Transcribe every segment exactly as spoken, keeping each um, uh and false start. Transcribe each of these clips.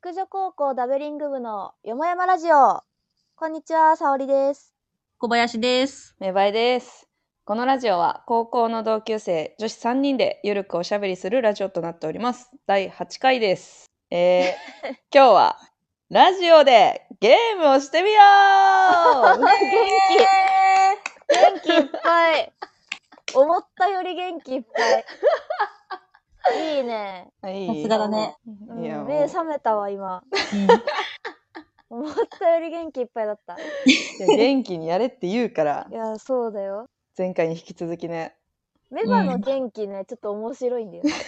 菊女高校ダベリング部のよもやまラジオ。こんにちは、さおりです。 小林です。 めばいです。このラジオは高校の同級生女子さんにんでゆるくおしゃべりするラジオとなっております。だいはちかいです。えー、今日はラジオでゲームをしてみよう元気元気いっぱい。思ったより元気いっぱい。いいね。 いいさすがだね。 うん、 いや目覚めたわ、今。 うん、 思ったより元気いっぱいだった。 いや元気にやれって言うからいや、そうだよ。 前回に引き続きね。 メバの元気ね、ちょっと面白いんだよね。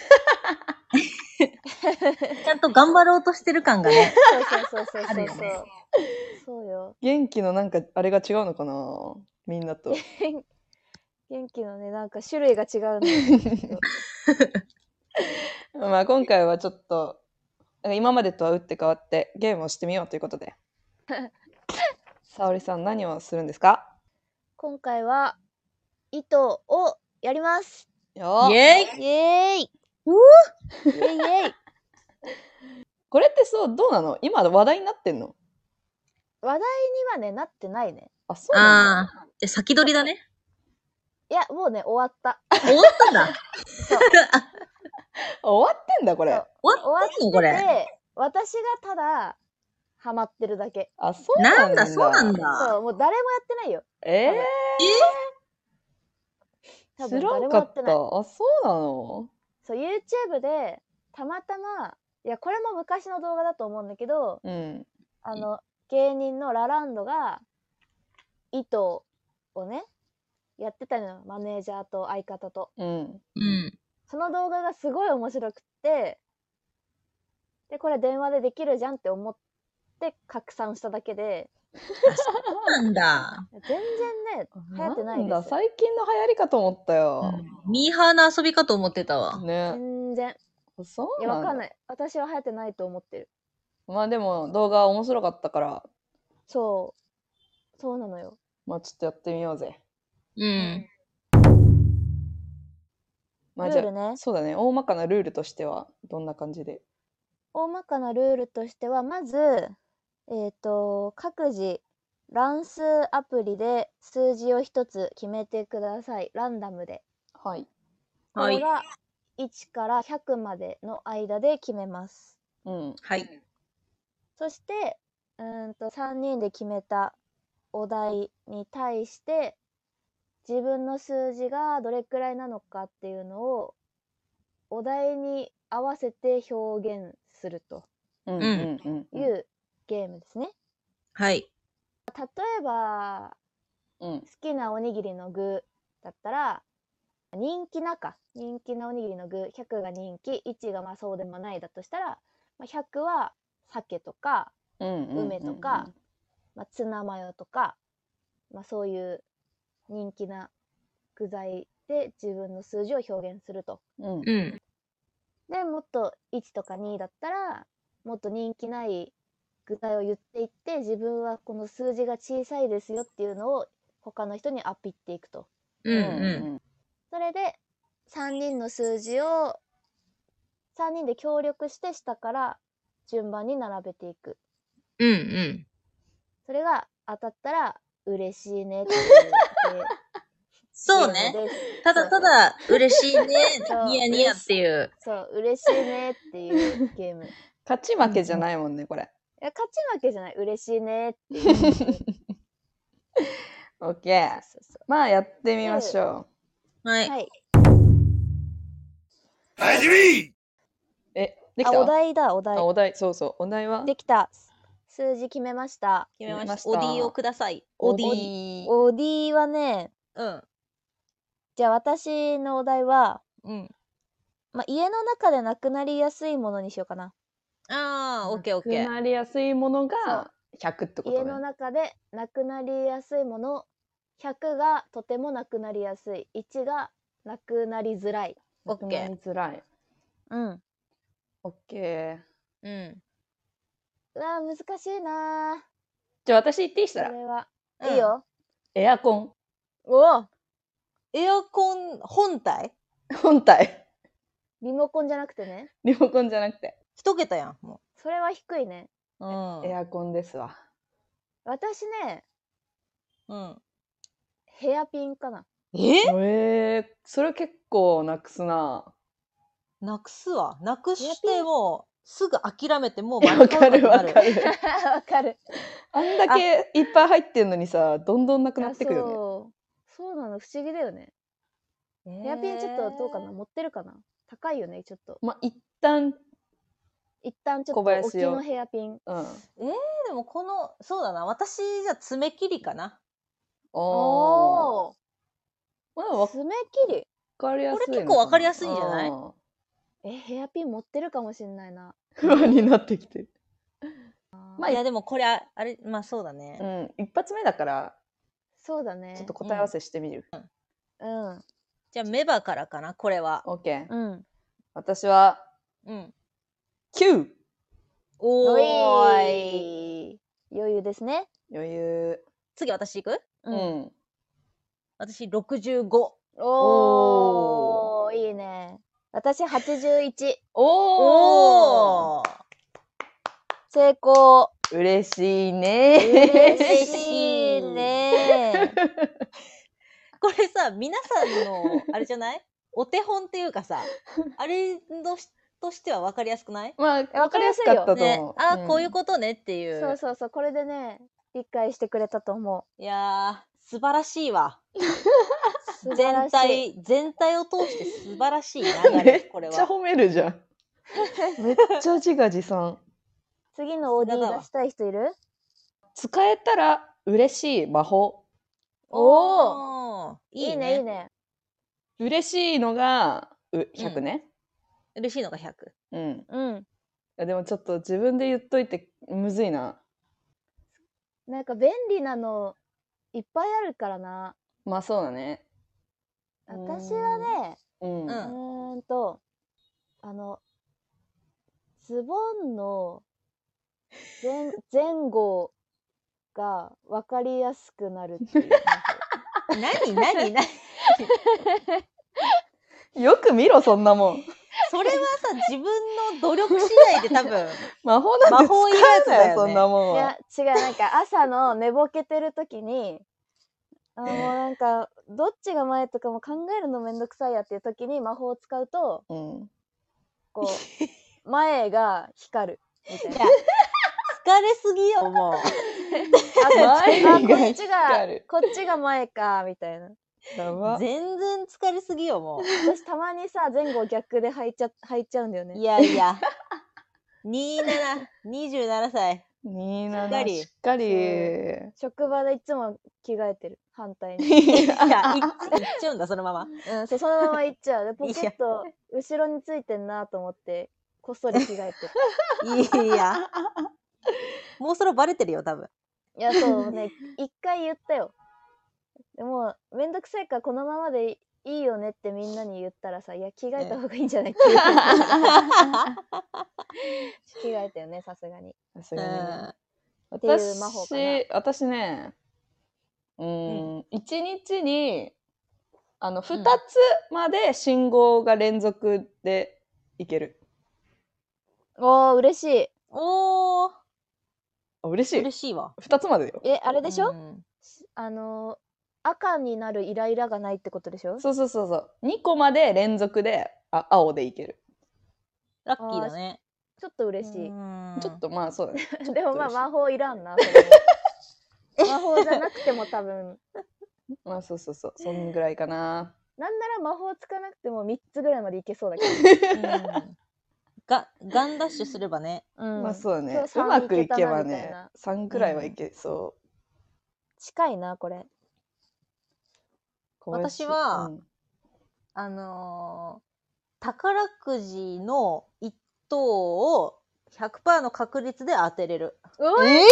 ちゃんと頑張ろうとしてる感がね。 そうそうそうそうそう。 あるよねそうよ。 元気のなんかあれが違うのかなみんなと。 元気のね、なんか種類が違うんだよ。 まあ今回はちょっと今までとは打って変わってゲームをしてみようということで。沙織さん何をするんですか？ 今回は糸をやります。 よイエーイイエーイうイエイイエイこれってそうどうなの？今話題になってんの？ 話題にはね、なってないね。 あ、そうなんだ。 あー、じゃあ先取りだね。 いや、もうね、終わった。 終わったんだ。 そう。 終わってんだこれ。 そう終わ終ってんのこれ。 わってて、私がただ、ハマってるだけ。 あ、そうなだ。 なんんだ、そうなんそだ。 う、もう誰もやってないよ。 えー、 多知らん分誰もかった。 やってない。 あ、そうなの？ そう、YouTube で、たまたま、いや、これも昔の動画だと思うんだけど、 うん。 あの、芸人のラランドが、糸をね、やってたのよ。マネージャーと相方と。 うん。 うん。 その動画がすごい面白くって、で、これ電話でできるじゃんって思って拡散しただけで、 そうなんだ。 全然ね、流行ってないなんだ、 です。 最近の流行りかと思ったよ。 うん、ミーハーな遊びかと思ってたわ。 ね。 全然。 そういや、 なんだ。 わかんない。私は流行ってないと思ってる。 まあでも動画面白かったから、 そう。そうなのよ。 まあちょっとやってみようぜ。 うん。 まあじゃあ、 ルールね。 そうだね。大まかなルールとしてはどんな感じで？ 大まかなルールとしては、まず、えっと、各自、乱数アプリで数字を一つ決めてください。ランダムで。 はい。 これがいちからひゃくまでの間で決めます。 うん。 はい。 そして、うーんとさんにんで決めたお題に対して、自分の数字がどれくらいなのかっていうのを、お題に合わせて表現するとうんうんうんうん。 いうゲームですね。 はい。 例えば、 うん。 好きなおにぎりの具だったら、人気なか。人気なおにぎりの具、ひゃくが人気、いちがまあそうでもないだとしたら、まあ、ひゃくは鮭とか、 うんうんうんうん梅とか、まあ、ツナマヨとか、まあ、そういう人気な具材で自分の数字を表現すると。 うんうん。 で、もっといちとかにだったら、もっと人気ない具材を言っていって、自分はこの数字が小さいですよっていうのを他の人にアピっていくと。 うん。 ううん。 それでさんにんの数字をさんにんで協力して下から順番に並べていく。 うん。うん。 それが当たったら嬉しいねっていうそうね。 ゲームです。 ただただ嬉しいねそう、 ニヤニヤっていう。 そう、嬉しいねっていうゲーム。い勝ち負けじゃないもんね、これ。 や、勝ち負けじゃない。嬉しいねっていう。 オッケー。 そうそうまあやってみましょはい。 はい。 う。え、できあ、 た？ お題だ、お題あ、。お題、そうそう。お題はできた。数字決めました。 決めました。 決めましたオディをください。 オオディ。 ディ。 お D はね、 うん。 じゃあ私のお題は、 うん。 まあ、家の中でなくなりやすいものにしようかな。 あー、オッケーオッケー。 なくなりやすいものそうがひゃくってこと家のね。 中でなくなりやすいもの、ひゃくがとてもなくなりやすい、いちがなくなりづらい。 オッケなくなりづらい。 うん。 オッケー。 ー。うん。 うわー、難しいなー。 じゃあ私言っていいしたらこれは。 うんいいよ。 エアコン。 おお、 エアコン本体本体。 リモコンじゃなくてね。 リモコンじゃなくて。 一桁やん。もそれは低いね。 うん。 エアコンですわ。 私ね、 うん。 ヘアピンかな。 ええー、それ結構なくすな。 なくすわ。なくしヘアピンても、すぐ諦めてもういやまた買うかわかってなる。 るわかる。 わかる。 あんだけいっぱい入ってんのにさ、どんどんなくなあ、 ってくよね。 そう。そうなの、不思議だよね。ヘアピンちょっとどうかな、持ってるかな。高いよね、ちょっと。 まあ、一旦、 一旦ちょ小っと大林よきのヘアピン。 うん。 えー、でもこの、そうだな。私じゃ爪切りかな。 おー。 おー。 まあ、わ爪切り。 かりやすいのかな。 これ結構わかりやすいんじゃないうんえ、ヘアピン持ってるかもしんないな。 不安になってきてる。まあ、 いや、でもこれ、ああれ、まあそうだうね。 ん、一発目だから、 そうだね。 ちょっと答え合わせしてみる。 うん。 じゃあ、メバからかな、これは。 オッケー。 うん。 私は、 うん。 きゅう。 おおーい。 い。余裕ですね。 余裕。 次私行くう。 うんん。 私、ろくじゅうご。 おー、いいね。私、はちじゅういち。 おーおー成功。 嬉しいね。 嬉しいね。 これさ、皆さんの、あれじゃないお手本っていうかさ、あれのしとしては分かりやすくないまあ、 わわかりやすかったとね思う。。 あ、 んこういうことねっていう。 そうそうそう。これでね、理解してくれたと思いやー、素晴らしいわ。 う。素晴ら全しい。 体、全体を通して素晴らしい流めれ、 っこれは。 ちゃ褒めるじゃん。めっちゃ自画自賛。 次の オーディーさすがだわ出したい人いる？ 使えたら嬉しい魔法。 おーいいね、いいね。 嬉しいのがうひゃくね。 嬉しいのがひゃく。 うん。 うん。 いやでもちょっと自分で言っといてむずいな。 なんか便利なのいっぱいあるからな。 まあそうだね。 私はね、 うん。 ううんーんと、あの、ズボンの前前後が分かりやすくなるっていう何何何よく見ろ、そんなもん。 それはさ、自分の努力次第で多分、 魔法なんて魔法いるやつ使えないよ、 だよねそんなもんいやは。 違う、なんか朝の寝ぼけてる時にあもうなんかどっちが前とかも考えるのめんどくさいやっていう時に魔法を使うとうん。 こう前が光るみたいな。 いや、疲れすぎよ、もう。 あこ前あこがっちが光るこっちが前かみたいな。 やば。 全然疲れすぎよ、も私たまにさ前後逆で履いちゃ履いちゃうんだよう。 ね。 いやいや。にじゅうなな、にじゅうななさい。 になしっかりしっかり。 職場でいつも着替えてる反対に。 いや、いいっちゃうんだ、そのまま。 うん、そうそのまま行っちゃう。でポケット後ろについてんなと思ってこっそり着替えてる。 いや。もうそろバレてるよ、多分。 いやそうね一回言ったよ。でもめんどくさいからこのままでいいよねってみんなに言ったらさ、いや着替えた方がいいんじゃないって言う着替えたよねさすがに。 さすがにね。 っていう魔法かな私、私ね、うーん、一日に、あの、二つまで信号が連続でいける。 おー嬉しい。 おー、 あ嬉しい。 嬉しいわ。 二つまでよ。 えあれでしょ、 うんあの赤になるイライラがないってことでしょ？ そうそうそうそう。二個まで連続で、あ、青でいける。 ラッキーだね。 ちょっと嬉しい。 うんちょっとまあそうだね。ちょっとでもまあ嬉しい魔法いらんなそれも魔法じゃなくても多分まあそうそうそう。そんぐらいかな。 なんなら魔法つかなくてもみっつぐらいまでいけそうだけど、 うんが、ガンダッシュすればね。 うん、 まあそうだね。 今日さんうまくいけばいけたなみたいねな、 さんくらいはいけそ近いなこれ。 う。 私はうんあのー宝くじの一等をひゃくパーセントの確率で当てれる。 うえ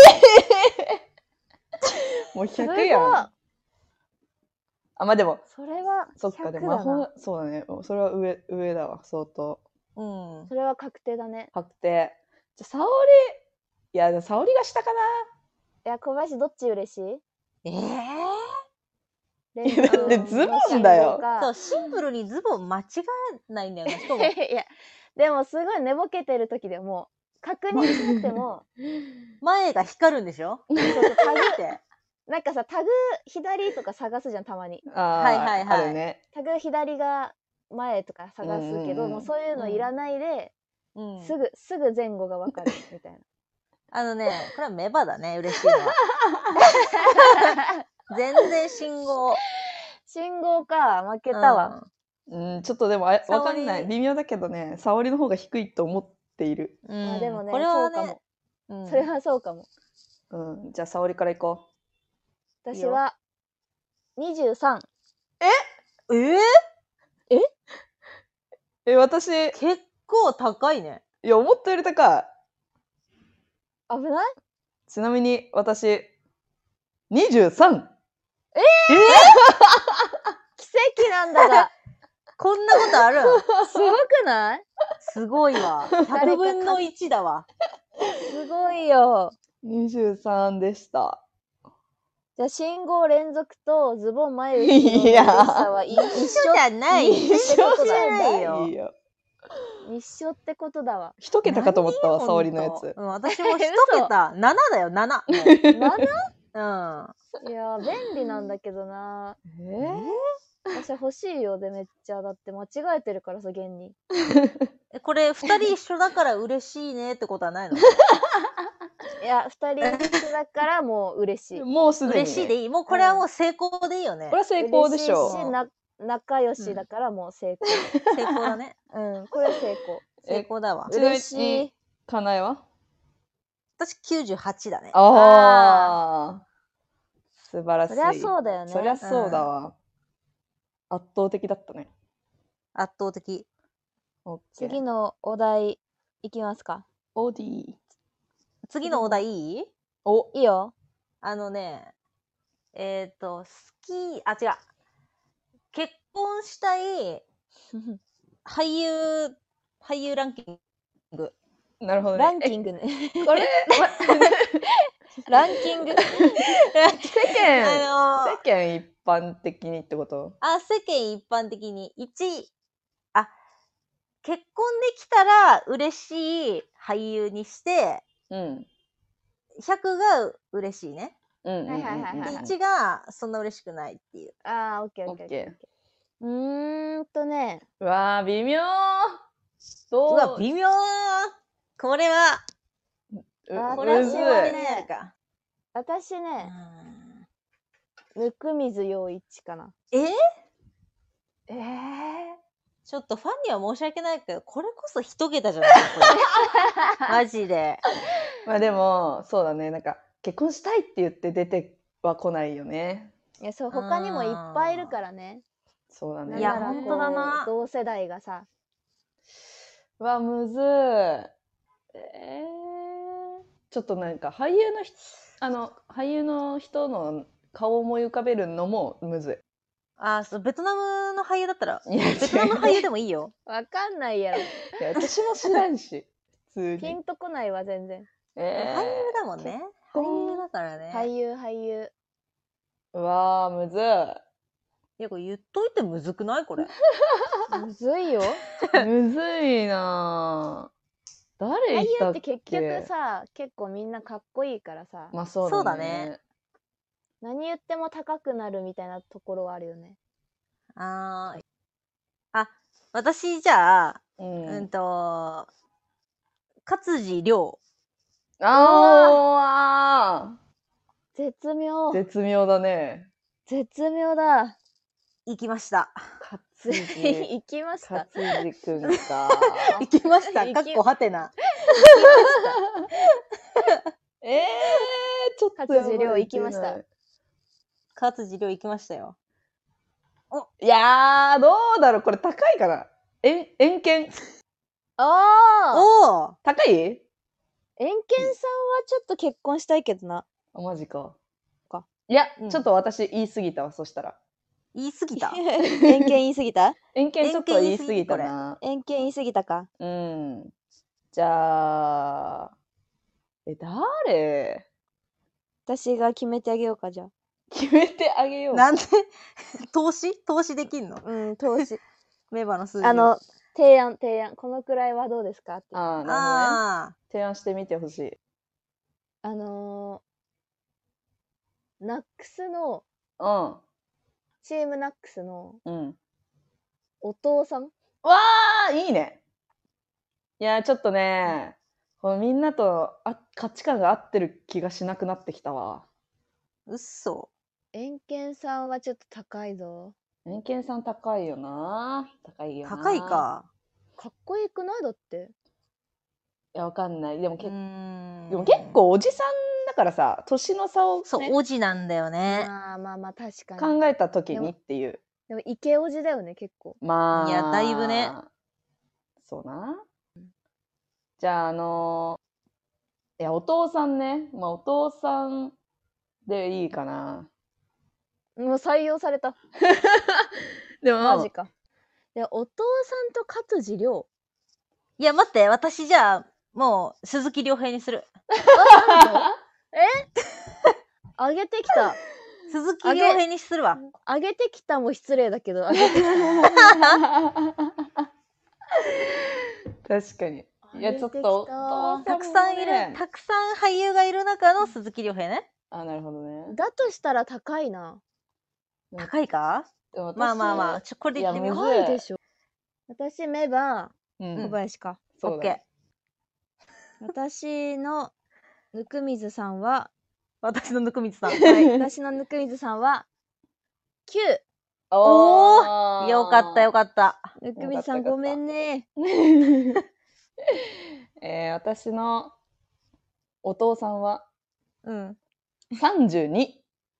ーもうひゃくやん。あ、まあでも、 それはそっか、でひゃくだな。 も魔法、そうだね。それは上、上だわ、相当。 うん。 それは確定だね。 確定。じゃ、沙織、いや、でも沙織が下かいや小林どっち嬉しい？ ええレンいやだってズボンだよかそう、シンプルにズボン間違えないんだよね。しかも、 いやでもすごい寝ぼけてる時でも確認しなくても、 前が光るんでしょ？ そうそう、タグって。 なんかさ、タグ左とか探すじゃん、たまに。 あはいはいあ、 はいあるね。 タグ左が前とか探すけど、 うんうんうんもうそういうのいらないで、 うん。 すぐ、すぐ前後がわかるみたいな。 あのね、これはメバだね、嬉しいのは。全然信号。 信号か、負けたわ。 うん、ちょっとでもあ沙織わかんない。微妙だけどね、沙織の方が低いと思っている。 うん。 まあでもね、 これはね、 そうかも。 うんそれはそうかも。 うん、じゃあ沙織からいこいいよ私は、にじゅうさん。 えー、 う。え、私、い結構高いね。 や、思ったより高い。 危ない？ ちなみに私、にじゅうさん。 奇跡なんだが。 こんなことあるん？ すごくない？ すごいわ。ひゃくぶんのいちだわ。 すごいよ。 にじゅうさんでした。 じゃあ信号連続とズボン前後ろの嬉しさは一一緒じゃない。 一緒ってことじゃだないよ。 よ。 一緒ってことだわ。 一桁かと思ったわ、 何沙織のやつ。 うん、私も一桁。ななだよ、なな。もうなな？ うん。 いや、便利なんだけどな。 えー私欲しいよでめっちゃ。だって間違えてるからさ、現に。 えこれ二人一緒だから嬉しいねってことはないの？ いや、二人一緒だからもう嬉しい。 もうすでに、ね。 嬉しいでいい。もうこれはもう成功でいいよね。 これは成功でしょ嬉しいし、な仲良しだからもう成功。 成功だね。 うん、これ成功。 成功だわ。 ちなみに嬉しい。 かなえは私きゅうじゅうはちだね。 ああ。素晴らしい。 そりゃそうだよね。 そりゃそうだわ。圧倒的だったね。 圧倒的。 オッケー。 次のお題いきますか。 オーディー。 次のお題いい？ お、 いいよ。 あのね、えっ、ー、と、好き、あ、違う。結婚したい俳優、俳優ランキング。 なるほどね。 ランキングね。 これ、 ランキング。 世間、 あのー、 世間一般的にってこと？ あ、世間一般的にいちい、あ、結婚できたら嬉しい俳優にして、 うん。 ひゃくが嬉しいね。 うんうんうんうん。 はいはいはいはいで、いちがそんな嬉しくないっていう。 あー、オッケーオッケーオッケー。うーんとね。 うわー、微妙。どう？ うわ、微妙。これは、 あこれはむずい幸せになるか。 私ね、温水洋一かな。 えー、 えー、 ちょっとファンには申し訳ないけど、これこそ一桁じゃないこれ。マジで。 まあでも、そうだね。なんか、結婚したいって言って出ては来ないよね。 いや、そう、他にもいっぱいいるからね。 そうだね。 いやなんならこうほんとだな同世代がさ。 うわ、むずい。えー、ちょっとなんか俳優の人、あの俳優の人の顔を思い浮かべるのもむずい。 あ、そう、ベトナムの俳優だったら、 いや、 ベトナムの俳優でもいいよ。 わかんないやろ。 いや私も知らんし、普通に。 ピンとこないわ、全然。 えー、 俳優だもんね。俳優だからね。 俳優、俳優。 うわー、むずいや、これ言っといてむずくないこれ。 むずいよ。 い。むずいなぁ。誰俳いたっけ？ 優って結局さ、結構みんなかっこいいからさ、 まあそうだね。 そうだね何言っても高くなるみたいなところはあるよね。 あー。あ、私じゃあ、 うん。 うんと、勝地涼。 あ絶妙ー、。絶妙だね。 絶妙だ。 行きました。 勝地。 行きました。 勝地くんか。 行きました。 行きかっこはてな。 えー、ちょっと勝地涼行きました。 勝地涼行きましたよ。 いやー、どうだろうこれ高いかな。えん、遠見。 ああ。 おー高い？ エンケンさんはちょっと結婚したいけどな。 あ、マジか。 かいや、 うんちょっと私言い過ぎたわ、そしたら。 言い過ぎた。 エンケン言い過ぎた？ 遠見ちょっと言い過ぎたな。 エンケン言い過ぎたか。 うん。じゃあ、え、誰？ 私が決めてあげようか、じゃあ。 決めてあげよう。 なんで投資投資できんの？ うん、投資。 メバの数字を。 あの、 提案、提案。このくらいはどうですかっていう。 ああ、なるほどね。 あ提案してみてほしい。 あのー、ナックスの、 うん。 チームナックスのうん。 お父さんわあ、いいね。いや、ちょっとね、このみんなとあ価値観が合ってる気がしなくなってきたわ。 うっそ。 エンケンさんはちょっと高いぞ。 エンケンさん高いよな。高いよな。 高い。か。 かっこよくないだって。 いや、わかんない。でもうけ、 ーん。 でも結構おじさんだからさ、年の差を、ね、 そう、おじなんだよね。 まあまあまあ、確かに。 考えた時にっていう。 でも、イケおじだよね、結構。 まあ。 いやだいぶね。 そうな。じゃあ、あのーいや、お父さんね。まあ、お父さんでいいかな。 もう採用された。 でも、 マジか。で、お父さんと勝地涼。 いや、待って、私じゃあ、もう、鈴木亮平にする。 え上げてきた。 鈴木亮平にするわ。 上げてきたも失礼だけど、上げてきた。 確かに。いや、ちょっと、お父さんもたくさんいる、 ねたくさん俳優がいる中の鈴木亮平ね。 あ、なるほどね。 だとしたら高いな。 高いか？ でも私まあまあまあ、ちょ、これで言ってみよう。 いやむず高いでしょ。私、メバ、 うん小林か。 そうだオッケー。 私のぬくみずさんは、 私のぬくみつさん。 はい、私のぬくみずさんは、きゅう。 おーーよかったよかった。 ぬくみずさんよかったごめんね。 えー、私のお父さんはうん。 さんじゅうに。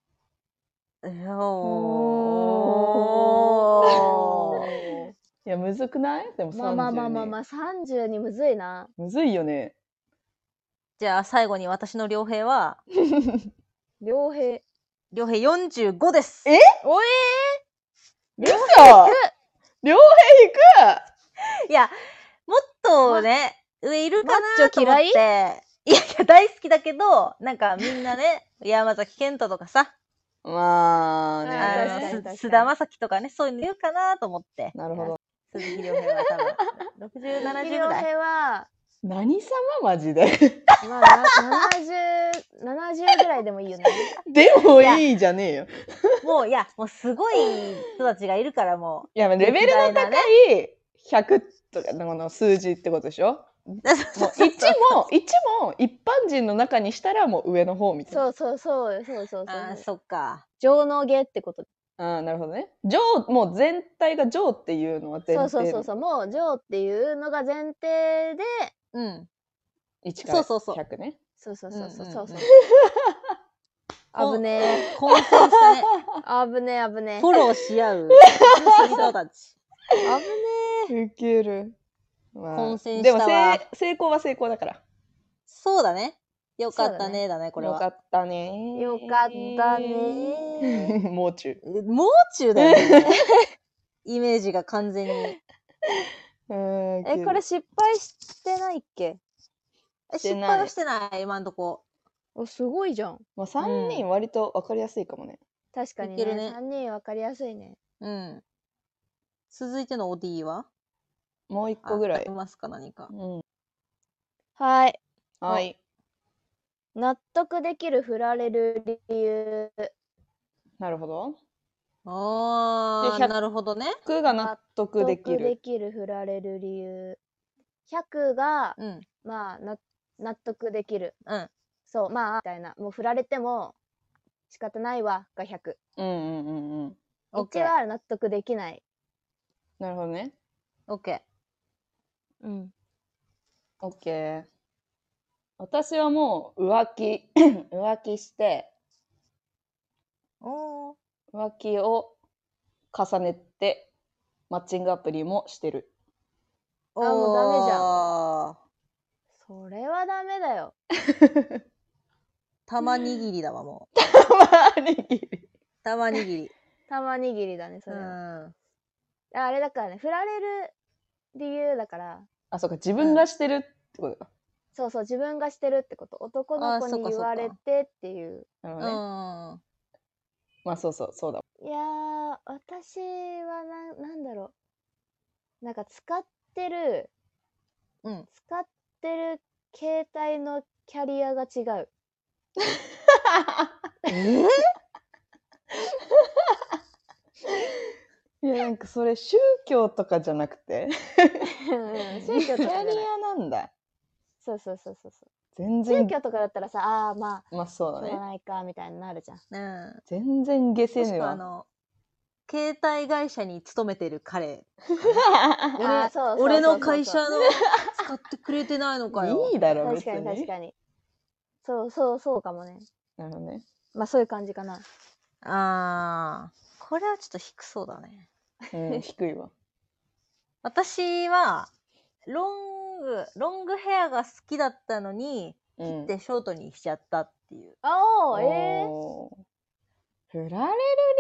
おー。 いや、むずくないでもさんじゅうに。 まあまあまあまあまあ、さんじゅうにむずいな。 むずいよね。 じゃあ最後に私の良平は、 良平。 良平よんじゅうごです。 えおえうそ両平いや、もっとね、上いるかマッチョなと思って。 嫌いいやいや、大好きだけど、なんかみんなね、山崎賢人とかさ、 行くまあね。 あーあの、 確かに確かにす菅田将暉とかね、そういうの言うかなと思って。 なるほど。 鈴木亮平は多分、ろくじゅう、ななじゅうぐらい。 良平は、 何様マジで。 まあ、なななじゅう、ななじゅうぐらいでもいいよね。 でもいいじゃねえよ。 もう、いや、もうすごい人たちがいるからもいや、レベルの歴代高なねいひゃくとかの数字ってことでしょう。 もういちも、いちも一般人の中にしたらもう上の方みたいな。 そうそうそうそうそうそう。 あー、そっか。 上の下ってこと。 ああ、なるほどね。上、もう全体が上っていうのは前提。 そうそうそうそう。もう上っていうのが前提で、 うん。 いちからそうそうそうひゃくね。 そうそうそうそうそう。 うんうんうん危ね混戦したね。 え。危ねえ危ねえ。 フォローし合う人たち。 危ねウケる。まあ混戦でもしたわせい成功は成功だから。 そうだね。よかったそうだね、だね、これは。 よかったね。 よかったね。 もう中。 えもう中だよね。イメージが完全に。 え。え、これ失敗してないっけ？ えしてない失敗はしてない、今んとこ。 お、すごいじゃん。 まあ、さんにん割と分かりやすいかもね。 確かにね。 いけるねさんにんわかりやすいね。 うん。続いての オーディー はもう一個ぐらいああり。ますか、何か。 うん。 はい。 はい。 納得できる振られる理由。 なるほど。 ああ、 でひゃくなるほどね。 ひゃくが納得でき納得でる。 きる振られる理由。ひゃくが、 うん。 まあ、な納得できる。 うん。 そう、まあ、みたいな。もう振られても仕方ないわがひゃく。 うんうんうんうん。 オッいちケー。 は納得できない。 なるほどね。 オッケうん。 オッケー。私はもう浮気、浮気して、 ー。おー。 浮気を重ねて、マッチングアプリもしてる。 あもうダメじゃんゃん。 それはダメだよ。 玉握りだわ、もう。 玉ねぎ。 玉握り。 玉握りだね、それは。 うん。 あれだからね、振られる理由だから、 あ、そうか、自分がしてるってことか。 そうそう、自分がしてるってこと。男の子に言われてっていう。 なるほどね。 うん。 まあそうそう、そうだ。 いやー、私はな、なんだろう。なんか使っってる、 うん。 使ってる携帯のキャリアが違う。 えいやなんかそれ宗教とかじゃなくてうん宗教とかじゃないキャリアなんだ。 そうそうそうそうそう。 全然宗教とかだったらさ、ああまあまあそうだしょうがね。 ないかみたいになるじゃん。 うん。 全然下せもしねえわ。 くはあの、携帯会社に勤めてる彼。 あ俺ーそうそうそうそう俺の会社の使ってくれてないのかよ。 いいだろ別確かに確に。 かに。そうそうそうかもね。 なるほどね。 まあそういう感じかな。 ああ、これはちょっと低そうだね。 うん低いわ。 私は、ロング、ロングヘアが好きだったのに、 う切っん。 てショートにしちゃったっていう。 ああええおー振られる理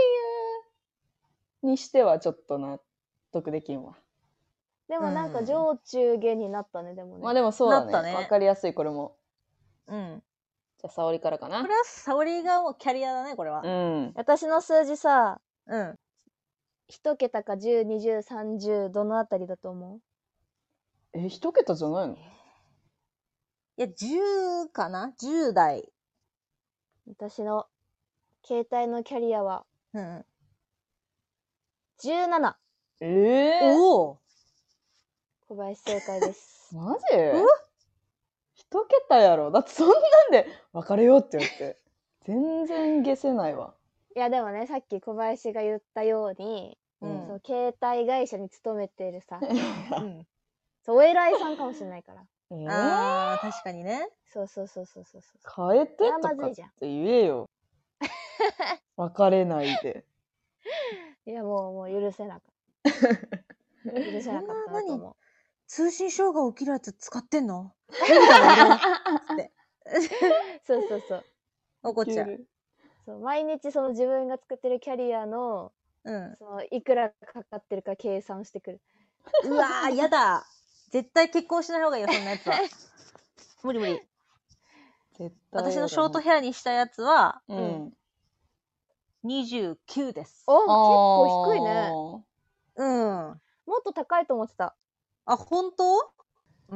由にしてはちょっと納得できんわ。 でもなんうんか上中下になったねでもね。 まあでもそうだね。 なったねわかりやすいこれも。 うん。 じゃあ沙織からかなこれ。は沙織がもうキャリアだね、これは。 うん。 私の数字さ、 うん。 一桁かじゅう、にじゅう、さんじゅうどのあたりだと思う？ え一桁じゃないの？ いや、じゅうかな ?じゅう 代。 私の携帯のキャリアはうん。 じゅうなな。 ええー、 おお小林正解です。 マジ？一桁やろ。だってそんなんで別れようって言って全然下せないわ。 いやでもねさっき小林が言ったように、 うんそう携帯会社に勤めているさうん。 そうお偉いさんかもしれないからえー、 ああ、確かにね。 そうそうそうそうそうそう変えていやとかってまずいじゃん言えよ。別れないで。 いやもうもう許せなかった許せなかったなと思う通信障害起きるやつ使ってんの無理だろ、俺って。 そうそうそう怒っちゃう。 そう毎日その自分が作ってるキャリアのうん。 そのいくらかかってるか計算してくるうわー、やだ。絶対結婚しない方がいいよ、そんなやつは。無理無理。 絶対私のショートヘアにしたやつは、 うん。 にじゅうきゅうです。 お結構低いねうん。あ、 もっと高いと思ってた本当？うん。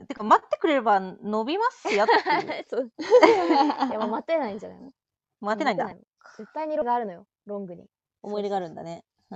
てか、待ってくれれば伸びますよっていう。 そういやもう待てないんじゃないの待てないんだ。 待絶対に色があるのよロングに思い入れがあるんだね。うん。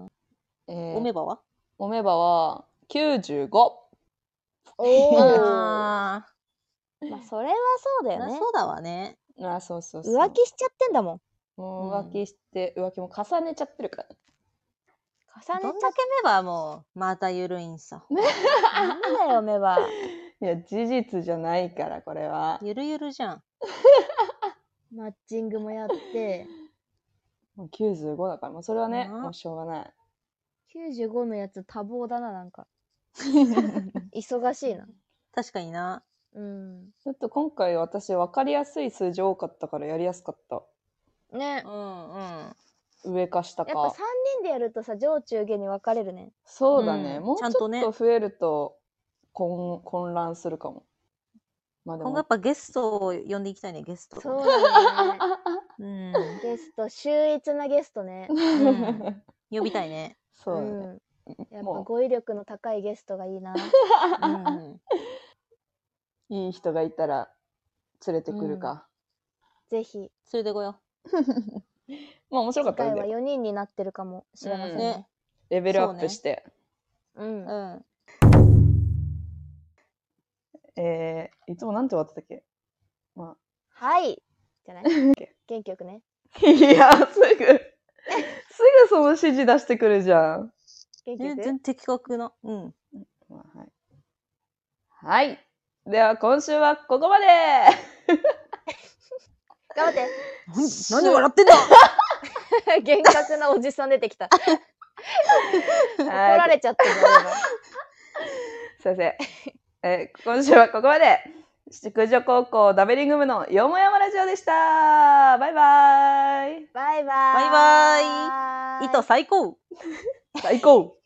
えー、 おめばはおめばはきゅうじゅうご。 おおあまあそれはそうだー、 よねそうだわね。 あ、そうそうそう。 浮気しちゃってんだもんもう浮気して、浮気も重ねちゃってるから。 重ねちゃっどんだけめばもう、また緩いんさ。 なんだよ目はいや、事実じゃないから、これは。 ゆるゆるじゃん。 マッチングもやってもうきゅうじゅうごだから、もうそれはね、 なもうしょうがない。 きゅうじゅうごのやつ多忙だななんか忙しいな確かにな。 うんちょっと今回私分かりやすい数字多かったからやりやすかった。 ねうんうん。 上か下か。 やっぱさんにんでやるとさ上中下に分かれるねそうだね。 うんもうちょっちゃんとねと増えると混混乱するかも。まあでも今後やっぱゲストを呼んでいきたいね、ゲスト。 そうだねうん。 ゲスト秀逸なゲストねうん呼びたいね。 そうだね。 んやっぱも語彙力の高いゲストがいいなうん。 ういい人がいたら連れてくるか。 ぜひそれでこよまあ面白かったね。 次回はよにんになってるかもしれませんねうね。 レベルアップして。 うんう。うん。 えー、いつもなんて終わってたっけ？まはいじゃない元気よくねあ。いや、すぐ、すぐその指示出してくるじゃん。 全元気よく然的確な。うん。 まあ、はい。はい。では今週はここまで頑張って何笑ってんだ厳格なおじさん出てきた怒られちゃってるよ先生、えー今週はここまで。宿女高校ダベリング部のよもやまラジオでした。バイバイ。 バイバイバイバイ糸最高最高。